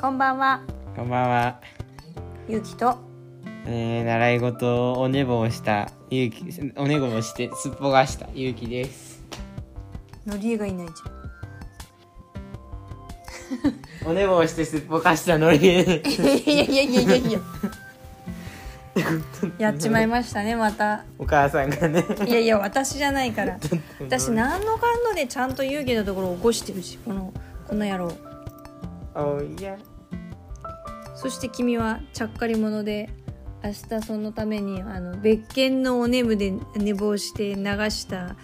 こんばんは。 こんばんは。 ゆうきと習い事をお寝坊したゆうき、お寝坊してすっぽがしたゆうきです。 のりえがいないじお寝坊してすっぽかしたのりえ。 ゃん。いややっちまいましたね、また。 お母さんがね。 いや私じゃないから。私何のかんのでちゃんとゆうきのところを起こしてるし、この野郎。 おいや。 そして君はちゃっかり者で、明日そのために別件のお眠で寝坊して流した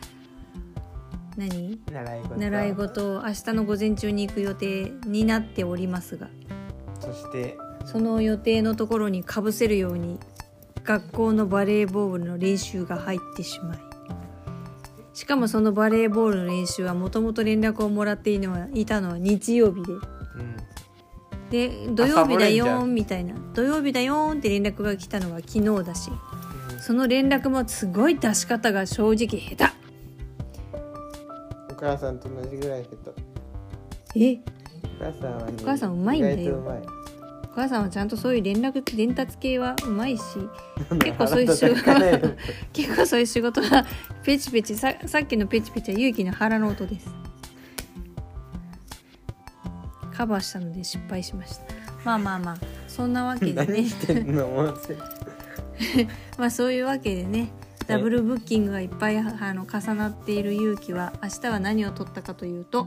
習い事を明日の午前中に行く予定になっておりますが、 そしてその予定のところにかぶせるように学校のバレーボールの練習が入ってしまい、しかもそのバレーボールの練習はもともと連絡をもらっていたのは日曜日で、土曜日だよーんみたいな、土曜日だよーんって連絡が来たのは昨日だし、その連絡もすごい出し方が正直下手。 お母さんと同じぐらい下え手。お母さんはね、 お母さんうまいんだよ。 意外とうまい。 お母さんはちゃんとそういう伝達系はうまいし、結構そういう仕事結構そういう仕事はペチペチ、さっきのペチペチは勇気の腹の音です。カバーしたので失敗しました。まあそんなわけでね。 何してんのもうまあそういうわけでね、ダブルブッキングがいっぱい重なっている勇気は明日は何を取ったかというと、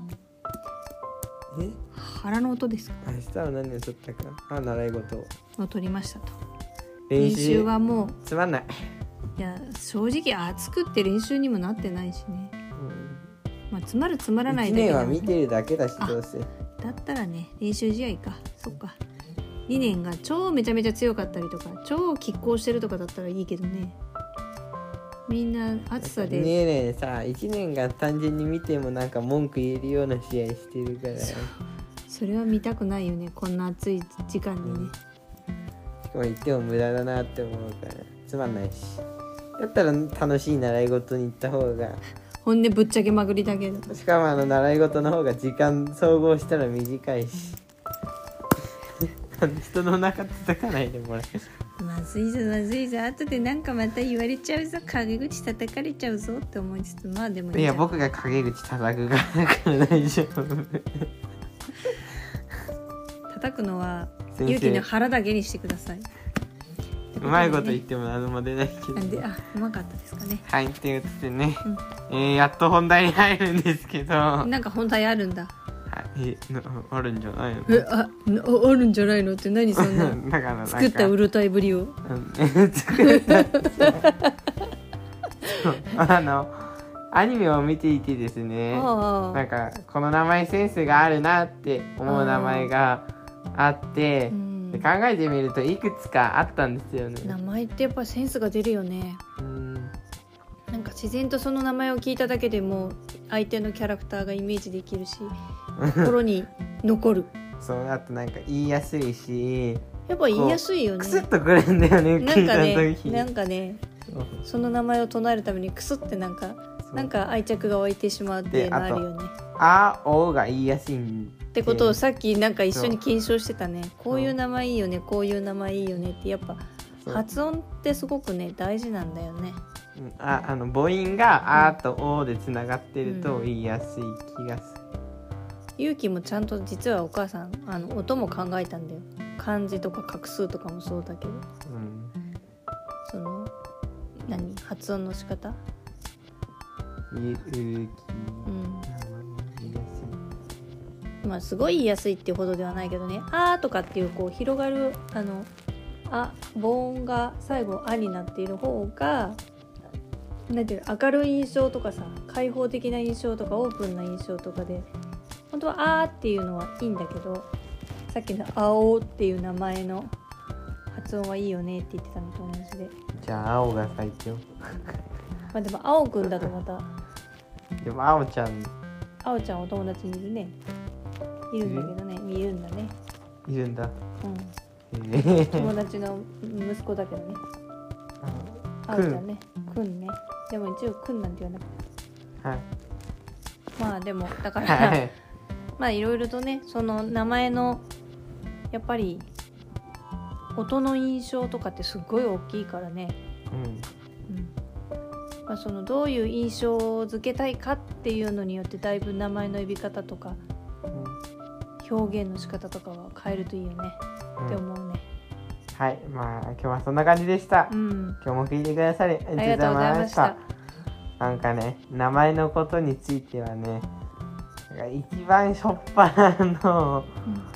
腹の音ですか。 明日は何を取ったか。習い事を取りましたと。 練習はもうつまんない。 いや正直暑くって練習にもなってないしね、まあつまるつまらないだけ 1年は見てるだけだし、どうせだったらね、練習試合か。そっか、2年が超めちゃめちゃ強かったりとか超拮抗してるとかだったらいいけどね、みんな暑さで 2年さ、1年が単純に見てもなんか文句言えるような試合してるから、 それは見たくないよね、こんな暑い時間にね。 しかも言っても無駄だなって思うからつまんないし、だったら楽しい習い事に行った方が、 本音ぶっちゃけまくりだけど、 しかも習い事の方が時間総合したら短いし人の中叩かないでもらえ。 まずいぞ後でなんかまた言われちゃうぞ、陰口叩かれちゃうぞって思いつつ、まあでもいい。 いや僕が陰口叩くから大丈夫。 叩くのは勇気の腹だけにしてください。 うまいこと言っても何も出ないけど、 なんでうまかったですかね。 はい、っていうことでね、やっと本題に入るんですけど、 なんか本題あるんだ。 あるんじゃないの？ あるんじゃないのって何そんなだから作ったうるたいぶりを。 作ったアニメを見ていてですね、なんかこの名前センスがあるなって思う名前があって、で考えてみるといくつかあったんですよね。 名前ってやっぱセンスが出るよね。なんか自然とその名前を聞いただけでも相手のキャラクターがイメージできるし、心に残る。 そうだとなんか言いやすいし、 やっぱ言いやすいよね。 クスッとくるんだよね、聞いた時。 なんかねその名前を唱えるためにクスってなんか愛着が湧いてしまうっていうのあるよね。 あおが言いやすいってことをさっきなんか一緒に検証してたね。こういう名前いいよね、こういう名前いいよねってやっぱ発音ってすごくね大事なんだよね。 母音があとおでつながってると言いやすい気がする。 ゆうきもちゃんと実はお母さん音も考えたんだよ。漢字とか画数とかもそうだけど、その発音の仕方、まあすごい言いやすいっていうほどではないけどね、あーとかっていうこう広がる母音が最後あになっている方がなんていう明るい印象とかさ、開放的な印象とかオープンな印象とかで、本当はあーっていうのはいいんだけど、さっきの青っていう名前の発音はいいよねって言ってたのと同じで。 じゃあ青が最強。 まあでも青くんだとまたでも青ちゃんお友達にいるね。いるんだけどね、いるんだね。 いるんだ。 友達の息子だけどね。青ちゃんね、くんね。でも一応くんなんて言わなくて。 はい。 まあでもだから、まあいろいろとね、その名前のやっぱり音の印象とかってすっごい大きいからね、まあ、そのどういう印象付けたいかっていうのによってだいぶ名前の呼び方とか、表現の仕方とかは変えるといいよね、って思うね。 はい、まあ今日はそんな感じでした。今日も聞いてくださりありがとうございました。なんかね、名前のことについてはね、一番しょっぱなの、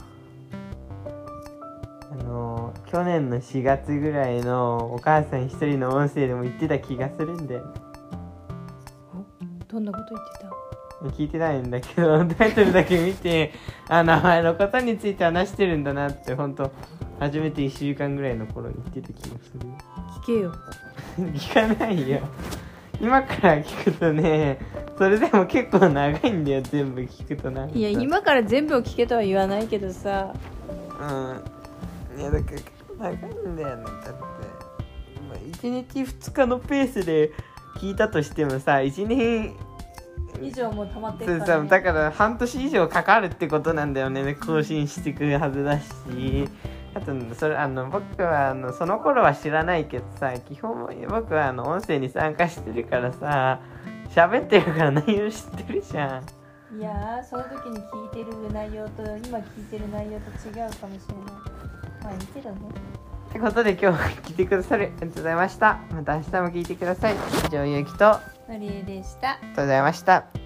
去年の4月ぐらいのお母さん一人の音声でも言ってた気がするんだよね。 どんなこと言ってた？聞いてないんだけど、タイトルだけ見て、名前のことについて話してるんだなって、本当初めて1週間ぐらいの頃に言ってた気がする。 聞けよ。 聞かないよ。今から聞くとね、それでも結構長いんだよ、全部聞くとな。 いや、今から全部を聞けとは言わないけどさ。 いや、だから長いんだよね。だって、1日2日のペースで聞いたとしてもさ、1年以上も溜まってるから、ね、 だから半年以上かかるってことなんだよね。更新してくるはずだし、あとそれ僕はその頃は知らないけどさ、基本僕は音声に参加してるからさ、喋ってるから内容知ってるじゃん。 いやー、その時に聞いてる内容と今聞いてる内容と違うかもしれない。まあいいけどね。 ってことで今日聞いてくださりありがとうございました。また明日も聞いてください。以上、ゆうきとのりえでした。 ありがとうございました。